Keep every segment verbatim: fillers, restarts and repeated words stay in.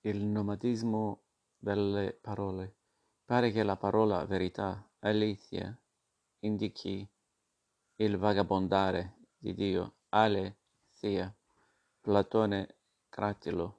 il nomadismo delle parole. Pare che la parola verità, aletheia, indichi il vagabondare di Dio, aletheia, Platone Cratilo.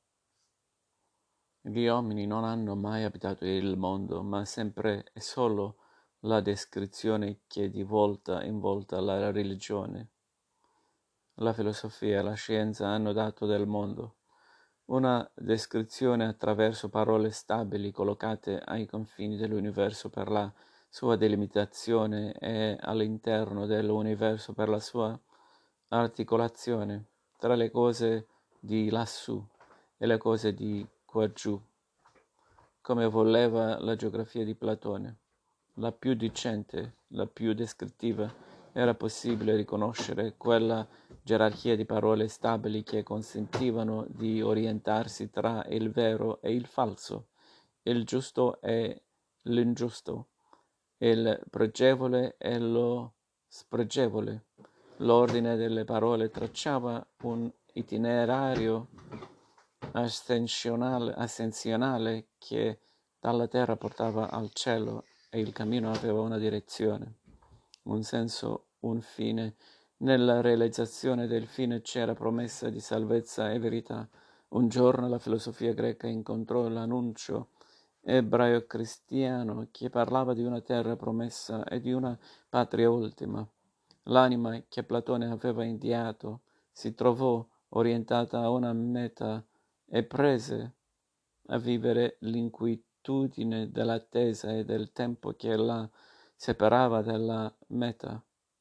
Gli uomini non hanno mai abitato il mondo, ma sempre e solo la descrizione che di volta in volta la religione, la filosofia e la scienza hanno dato del mondo. Una descrizione attraverso parole stabili collocate ai confini dell'universo per la sua delimitazione e all'interno dell'universo per la sua articolazione tra le cose di lassù e le cose di quaggiù, come voleva la geografia di Platone. La più dicente, la più descrittiva, era possibile riconoscere quella gerarchia di parole stabili che consentivano di orientarsi tra il vero e il falso, il giusto e l'ingiusto, il pregevole e lo spregevole. L'ordine delle parole tracciava un itinerario ascensionale, ascensionale che dalla terra portava al cielo e il cammino aveva una direzione, un senso, un fine. Nella realizzazione del fine c'era promessa di salvezza e verità. Un giorno la filosofia greca incontrò l'annuncio ebraico-cristiano che parlava di una terra promessa e di una patria ultima. L'anima che Platone aveva inviato si trovò orientata a una meta e prese a vivere l'inquietudine dell'attesa e del tempo che la separava dalla meta.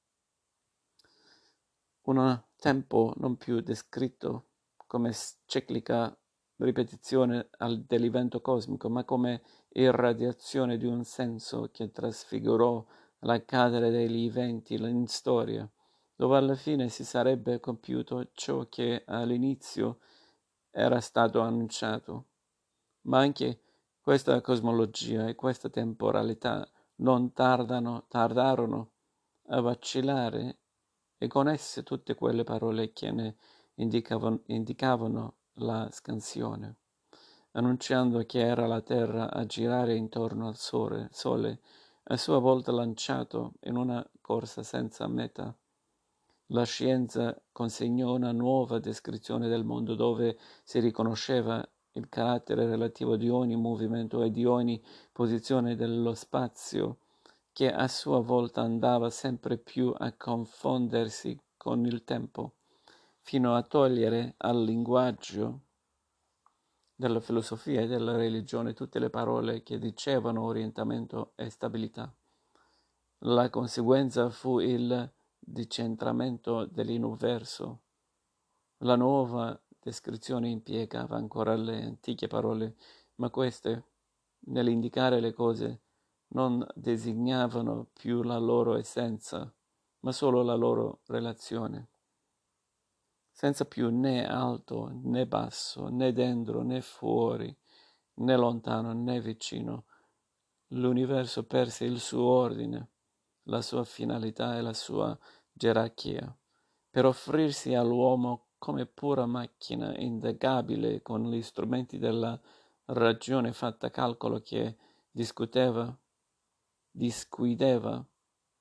Un tempo non più descritto come ciclica ripetizione dell'evento cosmico, ma come irradiazione di un senso che trasfigurò l'accadere degli eventi in storia, dove alla fine si sarebbe compiuto ciò che all'inizio era stato annunciato. Ma anche questa cosmologia e questa temporalità non tardano, tardarono a vacillare, e con esse tutte quelle parole che ne indicavano, indicavano la scansione, annunciando che era la Terra a girare intorno al Sole, sole a sua volta lanciato in una corsa senza meta. La scienza consegnò una nuova descrizione del mondo dove si riconosceva il carattere relativo di ogni movimento e di ogni posizione dello spazio, che a sua volta andava sempre più a confondersi con il tempo, fino a togliere al linguaggio della filosofia e della religione tutte le parole che dicevano orientamento e stabilità. La conseguenza fu il decentramento dell'universo. La nuova descrizione impiegava ancora le antiche parole, ma queste, nell'indicare le cose, non designavano più la loro essenza, ma solo la loro relazione. Senza più né alto né basso, né dentro né fuori, né lontano né vicino, l'universo perse il suo ordine, la sua finalità e la sua gerarchia, per offrirsi all'uomo come pura macchina indagabile con gli strumenti della ragione fatta calcolo che discuteva, disquideva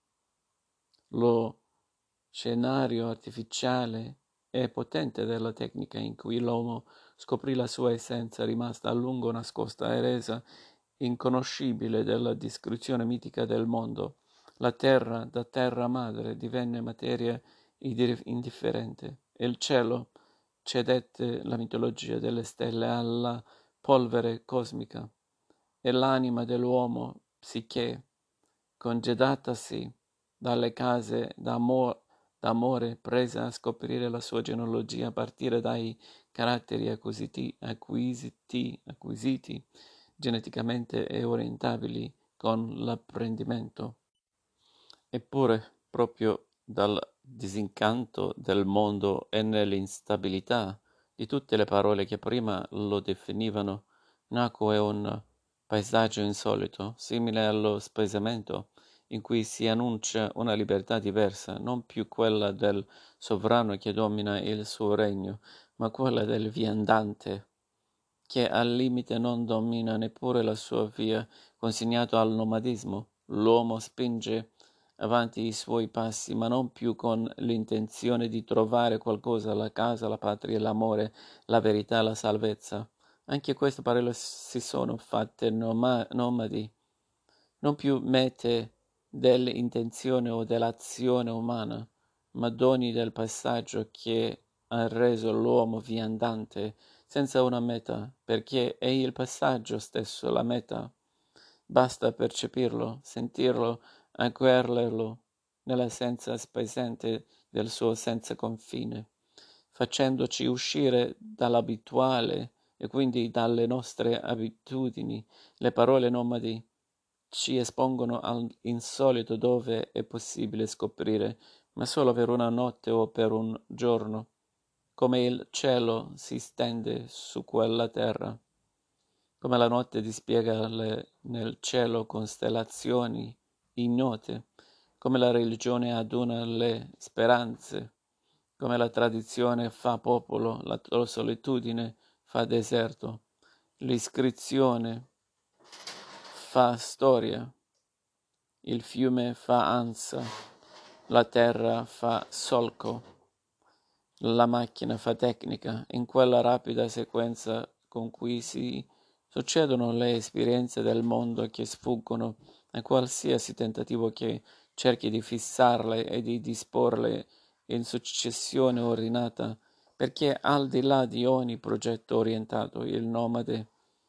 lo scenario artificiale e potente della tecnica in cui l'uomo scoprì la sua essenza rimasta a lungo nascosta e resa inconoscibile dalla descrizione mitica del mondo. La terra, da terra madre, divenne materia indifferente. Il cielo cedette la mitologia delle stelle alla polvere cosmica e l'anima dell'uomo, psiche, congedatasi dalle case d'amor, d'amore, presa a scoprire la sua genealogia a partire dai caratteri acquisiti, acquisiti, acquisiti geneticamente e orientabili con l'apprendimento. Eppure, proprio dal disincanto del mondo e nell'instabilità di tutte le parole che prima lo definivano, nacque un paesaggio insolito, simile allo spaesamento, in cui si annuncia una libertà diversa, non più quella del sovrano che domina il suo regno, ma quella del viandante che al limite non domina neppure la sua via, consegnato al nomadismo. L'uomo spinge avanti i suoi passi, ma non più con l'intenzione di trovare qualcosa, la casa, la patria, l'amore, la verità, la salvezza. Anche queste parole si sono fatte noma- nomadi, non più mete dell'intenzione o dell'azione umana, ma doni del passaggio che ha reso l'uomo viandante senza una meta, perché è il passaggio stesso la meta. Basta percepirlo, sentirlo, acquerlerlo nell'essenza spesante del suo senza confine, facendoci uscire dall'abituale e quindi dalle nostre abitudini. Le parole nomadi ci espongono all'insolito dove è possibile scoprire, ma solo per una notte o per un giorno, come il cielo si stende su quella terra, come la notte dispiega le, nel cielo costellazioni ignote, come la religione aduna le speranze, come la tradizione fa popolo, la, la solitudine fa deserto, l'iscrizione fa storia, il fiume fa ansa, la terra fa solco, la macchina fa tecnica, in quella rapida sequenza con cui si succedono le esperienze del mondo che sfuggono a qualsiasi tentativo che cerchi di fissarle e di disporle in successione ordinata, perché al di là di ogni progetto orientato, il nomade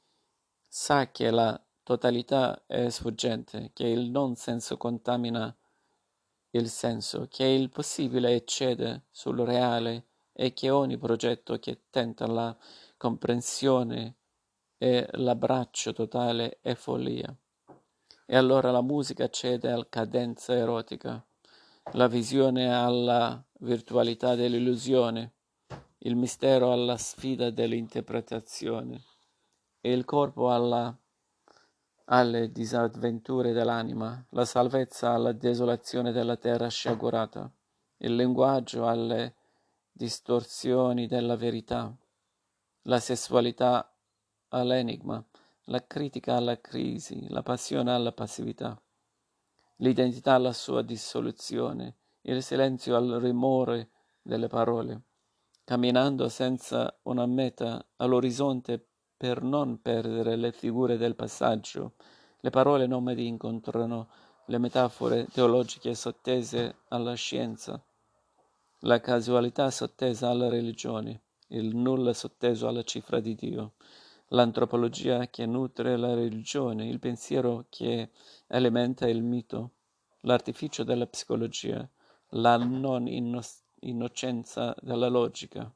sa che la totalità è sfuggente, che il non senso contamina il senso, che il possibile eccede sul reale e che ogni progetto che tenta la comprensione e l'abbraccio totale è follia. E allora la musica cede alla cadenza erotica, la visione alla virtualità dell'illusione, il mistero alla sfida dell'interpretazione e il corpo alla, alle disavventure dell'anima, la salvezza alla desolazione della terra sciagurata, il linguaggio alle distorsioni della verità, la sessualità all'enigma, la critica alla crisi, la passione alla passività, l'identità alla sua dissoluzione, il silenzio al rumore delle parole, camminando senza una meta all'orizzonte per non perdere le figure del passaggio. Le parole nomadi incontrano le metafore teologiche sottese alla scienza, la casualità sottesa alla religione, il nulla sotteso alla cifra di Dio, l'antropologia che nutre la religione, il pensiero che alimenta il mito, l'artificio della psicologia, la non inno- innocenza della logica,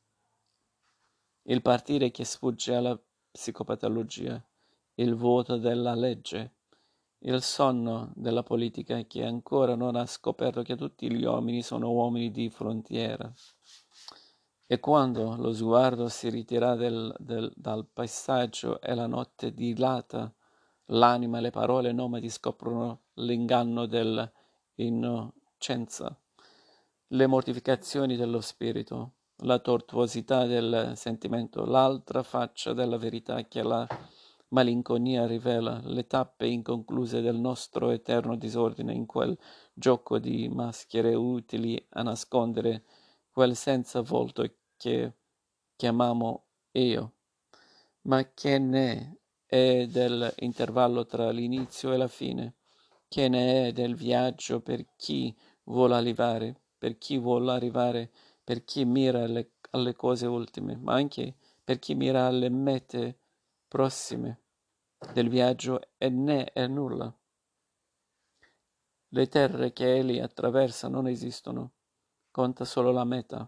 il partire che sfugge alla psicopatologia, il vuoto della legge, il sonno della politica che ancora non ha scoperto che tutti gli uomini sono uomini di frontiera. E quando lo sguardo si ritira del, del, dal paesaggio e la notte dilata, l'anima e le parole nomadi scoprono l'inganno dell'innocenza, le mortificazioni dello spirito, la tortuosità del sentimento, l'altra faccia della verità che la malinconia rivela, le tappe inconcluse del nostro eterno disordine in quel gioco di maschere utili a nascondere quel senza volto che chiamiamo io, ma che ne è dell'intervallo tra l'inizio e la fine, che ne è del viaggio per chi vuole arrivare, per chi vuole arrivare, per chi mira alle, alle cose ultime, ma anche per chi mira alle mete prossime del viaggio e ne è nulla. Le terre che egli attraversa non esistono, conta solo la meta.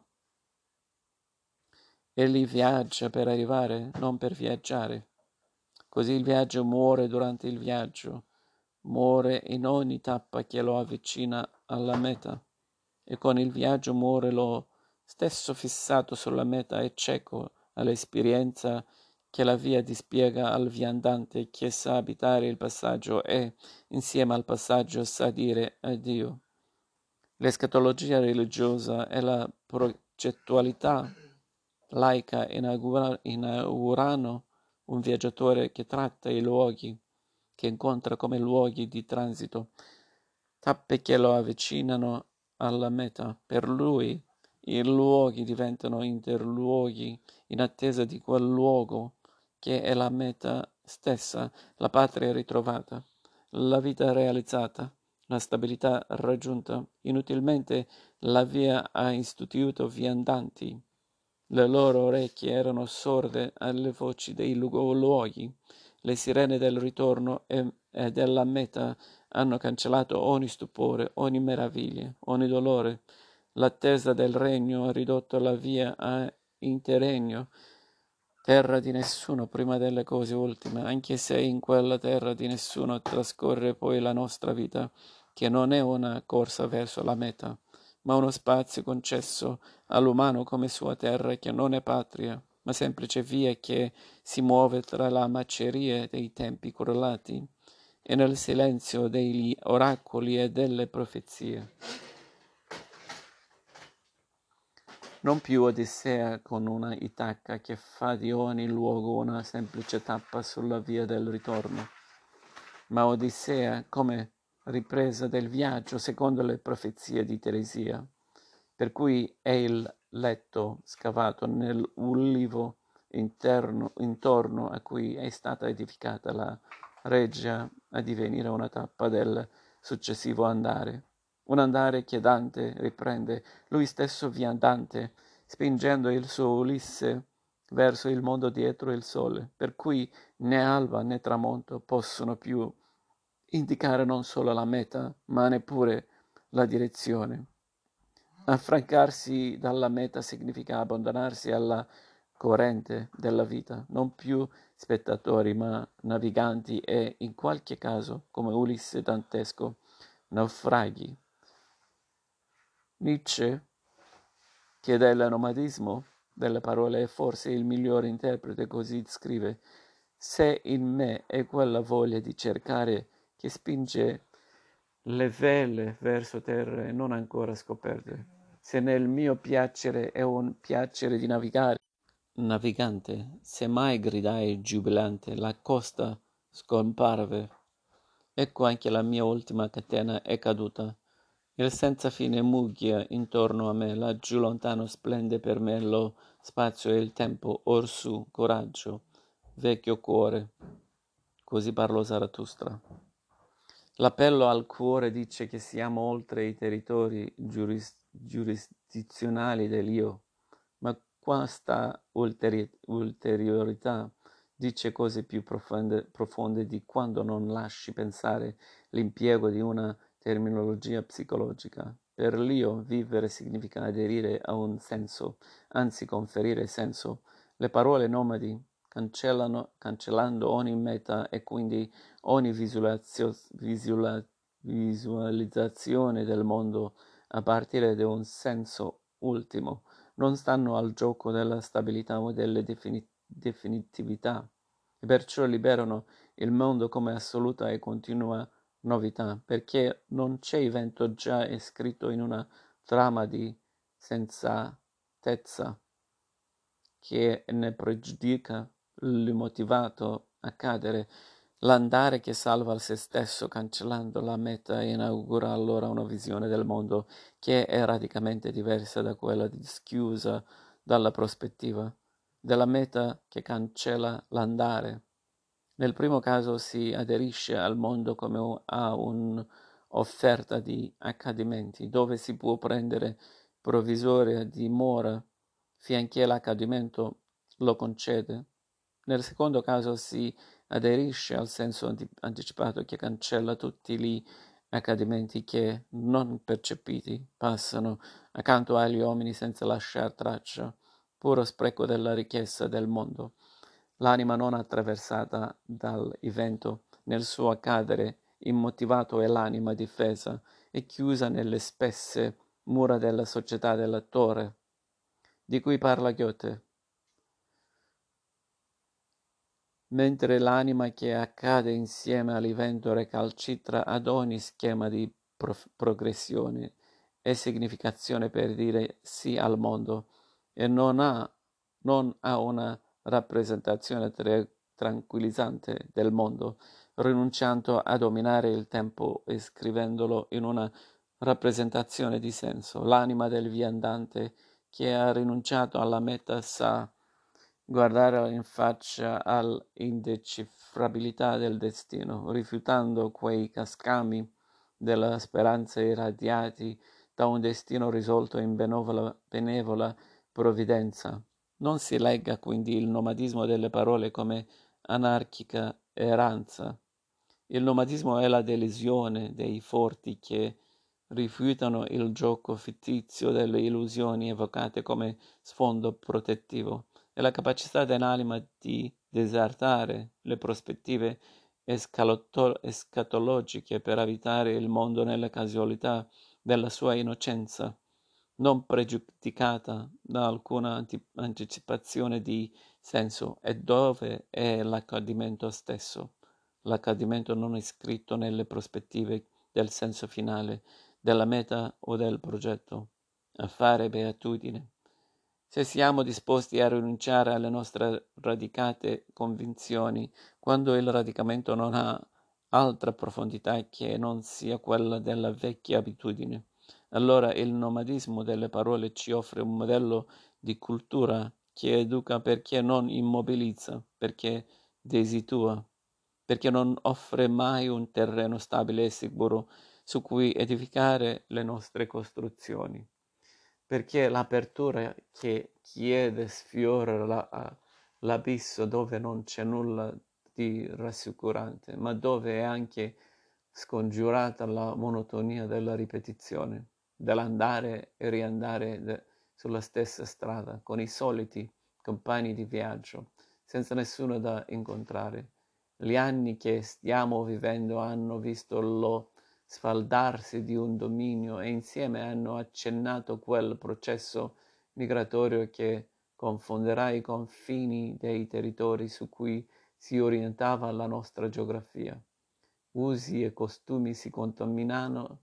Egli viaggia per arrivare, non per viaggiare. Così il viaggio muore durante il viaggio, muore in ogni tappa che lo avvicina alla meta, e con il viaggio muore lo stesso fissato sulla meta e cieco all'esperienza che la via dispiega al viandante che sa abitare il passaggio e, insieme al passaggio, sa dire addio. L'escatologia religiosa e la progettualità laica inaugura, inaugurano un viaggiatore che tratta i luoghi, che incontra come luoghi di transito, tappe che lo avvicinano alla meta. Per lui i luoghi diventano interluoghi in attesa di quel luogo che è la meta stessa, la patria ritrovata, la vita realizzata, la stabilità raggiunta. Inutilmente la via ha istituito viandanti. Le loro orecchie erano sorde alle voci dei luoghi. Le sirene del ritorno e, e della meta hanno cancellato ogni stupore, ogni meraviglia, ogni dolore. L'attesa del regno ha ridotto la via a interregno, terra di nessuno prima delle cose ultime, anche se in quella terra di nessuno trascorre poi la nostra vita, che non è una corsa verso la meta, ma uno spazio concesso all'umano come sua terra, che non è patria, ma semplice via che si muove tra la macerie dei tempi correlati e nel silenzio degli oracoli e delle profezie. Non più Odissea con una Itaca che fa di ogni luogo una semplice tappa sulla via del ritorno, ma Odissea come ripresa del viaggio secondo le profezie di Teresia, per cui è il letto scavato nell'ulivo interno, intorno a cui è stata edificata la reggia a divenire una tappa del successivo andare. Un andare che Dante riprende, lui stesso viandante, spingendo il suo Ulisse verso il mondo dietro il sole, per cui né alba né tramonto possono più indicare non solo la meta, ma neppure la direzione. Affrancarsi dalla meta significa abbandonarsi alla corrente della vita, non più spettatori ma naviganti e, in qualche caso, come Ulisse dantesco, naufraghi. Nietzsche, che del nomadismo delle parole è forse il migliore interprete, così scrive: se in me è quella voglia di cercare che spinge le vele verso terre non ancora scoperte, se nel mio piacere è un piacere di navigare, navigante, se mai gridai giubilante, la costa scomparve. Ecco anche la mia ultima catena è caduta. Il senza fine mugghia intorno a me, laggiù lontano splende per me lo spazio e il tempo, orsù, coraggio, vecchio cuore. Così parlò Zarathustra. L'appello al cuore dice che siamo oltre i territori giuris- giurisdizionali dell'io, ma questa ulteri- ulteriorità dice cose più profonde, profonde di quando non lasci pensare l'impiego di una terminologia psicologica. Per l'io vivere significa aderire a un senso, anzi conferire senso. Le parole nomadi cancellano, cancellando ogni meta e quindi ogni visualizio, visuala, visualizzazione del mondo a partire da un senso ultimo, non stanno al gioco della stabilità o delle defini- definitività e perciò liberano il mondo come assoluta e continua novità, perché non c'è evento già scritto in una trama di sensatezza che ne pregiudica l'immotivato accadere, l'andare che salva se stesso cancellando la meta e inaugura allora una visione del mondo che è radicalmente diversa da quella dischiusa dalla prospettiva, della meta che cancella l'andare. Nel primo caso si aderisce al mondo come a un'offerta di accadimenti, dove si può prendere provvisoria dimora finché l'accadimento lo concede. Nel secondo caso si aderisce al senso anticipato che cancella tutti gli accadimenti che, non percepiti, passano accanto agli uomini senza lasciar traccia, puro spreco della ricchezza del mondo. L'anima non attraversata dall'evento nel suo accadere immotivato è l'anima difesa e chiusa nelle spesse mura della società dell'attore, di cui parla Goethe. Mentre l'anima che accade insieme all'evento recalcitra ad ogni schema di prof- progressione e significazione per dire sì al mondo e non ha, non ha una rappresentazione tre- tranquillizzante del mondo, rinunciando a dominare il tempo e scrivendolo in una rappresentazione di senso. L'anima del viandante che ha rinunciato alla meta sa guardare in faccia all'indecifrabilità del destino, rifiutando quei cascami della speranza irradiati da un destino risolto in benevola, benevola provvidenza. Non si legga quindi il nomadismo delle parole come anarchica erranza. Il nomadismo è la delusione dei forti che rifiutano il gioco fittizio delle illusioni evocate come sfondo protettivo. È la capacità dell'anima di disertare le prospettive escaloto- escatologiche per abitare il mondo nella casualità della sua innocenza, non pregiudicata da alcuna anti- anticipazione di senso, e dove è l'accadimento stesso, l'accadimento non iscritto nelle prospettive del senso finale, della meta o del progetto, a fare beatitudine. Se siamo disposti a rinunciare alle nostre radicate convinzioni, quando il radicamento non ha altra profondità che non sia quella della vecchia abitudine, allora il nomadismo delle parole ci offre un modello di cultura che educa perché non immobilizza, perché desitua, perché non offre mai un terreno stabile e sicuro su cui edificare le nostre costruzioni, perché l'apertura che chiede sfiora la, l'abisso dove non c'è nulla di rassicurante, ma dove è anche scongiurata la monotonia della ripetizione, dell'andare e riandare de- sulla stessa strada, con i soliti compagni di viaggio, senza nessuno da incontrare. Gli anni che stiamo vivendo hanno visto lo sfaldarsi di un dominio e insieme hanno accennato quel processo migratorio che confonderà i confini dei territori su cui si orientava la nostra geografia. Usi e costumi si contaminano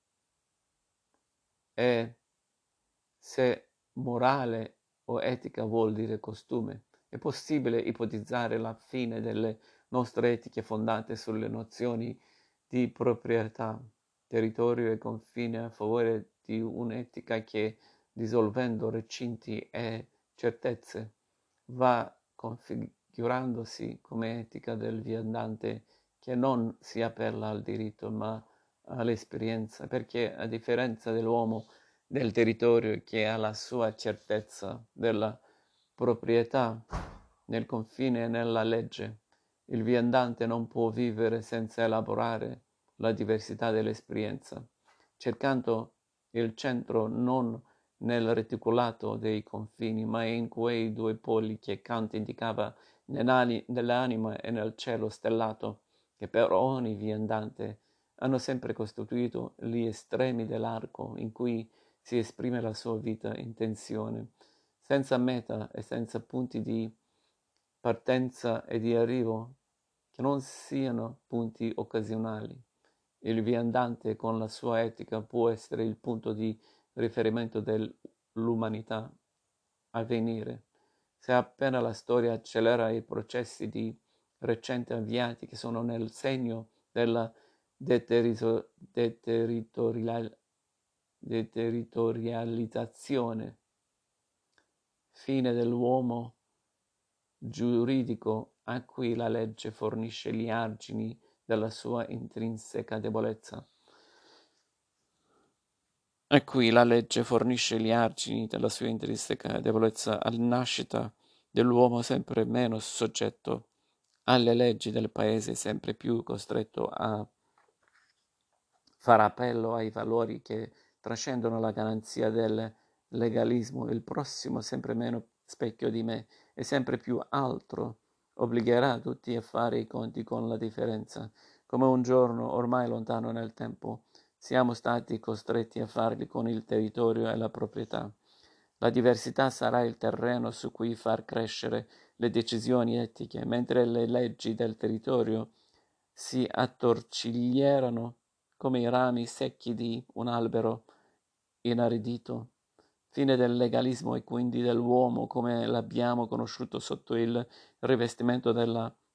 e se morale o etica vuol dire costume, è possibile ipotizzare la fine delle nostre etiche fondate sulle nozioni di proprietà, territorio e confine a favore di un'etica che, dissolvendo recinti e certezze, va configurandosi come etica del viandante che non si appella al diritto ma all'esperienza, perché a differenza dell'uomo del territorio che ha la sua certezza della proprietà nel confine e nella legge, il viandante non può vivere senza elaborare la diversità dell'esperienza, cercando il centro non nel reticolato dei confini, ma in quei due poli che Kant indicava nell'anima e nel cielo stellato, che per ogni viandante hanno sempre costituito gli estremi dell'arco in cui si esprime la sua vita in tensione, senza meta e senza punti di partenza e di arrivo che non siano punti occasionali. Il viandante con la sua etica può essere il punto di riferimento dell'umanità a venire. Se appena la storia accelera i processi di recente avviati che sono nel segno della deterritorial- deterritorial- deterritorializzazione, fine dell'uomo giuridico a cui la legge fornisce gli argini della sua intrinseca debolezza. A cui la legge fornisce gli argini della sua intrinseca debolezza alla nascita dell'uomo sempre meno soggetto alle leggi del paese, sempre più costretto a far appello ai valori che trascendono la garanzia del legalismo, il prossimo sempre meno specchio di me e sempre più altro obbligherà tutti a fare i conti con la differenza, come un giorno ormai lontano nel tempo siamo stati costretti a farli con il territorio e la proprietà. La diversità sarà il terreno su cui far crescere le decisioni etiche, mentre le leggi del territorio si attorciglieranno come i rami secchi di un albero inaridito. Fine del legalismo e quindi dell'uomo come l'abbiamo conosciuto sotto il rivestimento della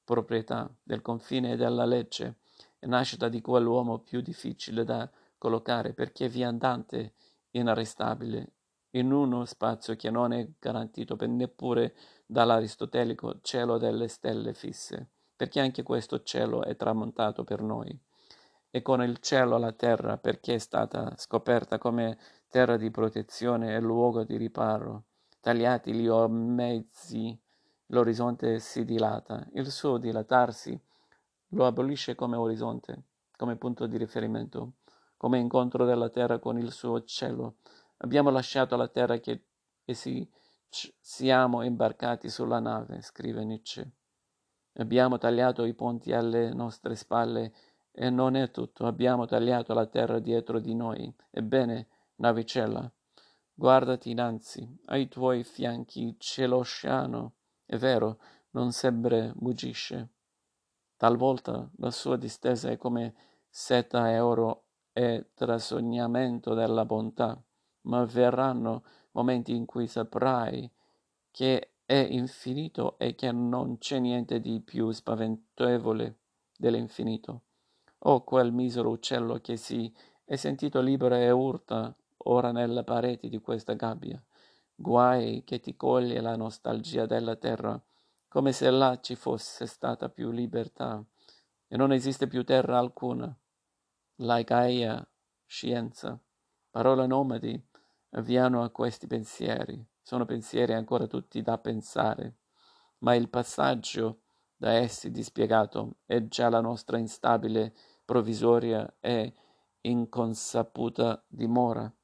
proprietà, del confine e della legge, e nascita di quell'uomo più difficile da collocare perché viandante, inarrestabile, in uno spazio che non è garantito per neppure dall'aristotelico cielo delle stelle fisse, perché anche questo cielo è tramontato per noi, e con il cielo la terra perché è stata scoperta come terra di protezione e luogo di riparo. Tagliati gli mezzi, l'orizzonte si dilata, il suo dilatarsi lo abolisce come orizzonte, come punto di riferimento, come incontro della terra con il suo cielo. Abbiamo lasciato la terra che, e si, c- siamo imbarcati sulla nave, scrive Nietzsche. Abbiamo tagliato i ponti alle nostre spalle e non è tutto, abbiamo tagliato la terra dietro di noi. Ebbene, navicella, guardati innanzi, ai tuoi fianchi c'è l'oceano. È vero, non sempre muggisce. Talvolta la sua distesa è come seta e oro e trasognamento della bontà, ma verranno momenti in cui saprai che è infinito e che non c'è niente di più spaventevole dell'infinito. Oh, quel misero uccello che si è sentito libero e urta ora nelle pareti di questa gabbia. Guai che ti coglie la nostalgia della terra, come se là ci fosse stata più libertà, e non esiste più terra alcuna. Laicaia, scienza, parole nomadi avviano a questi pensieri. Sono pensieri ancora tutti da pensare, ma il passaggio da essi dispiegato è già la nostra instabile, provvisoria e inconsaputa dimora.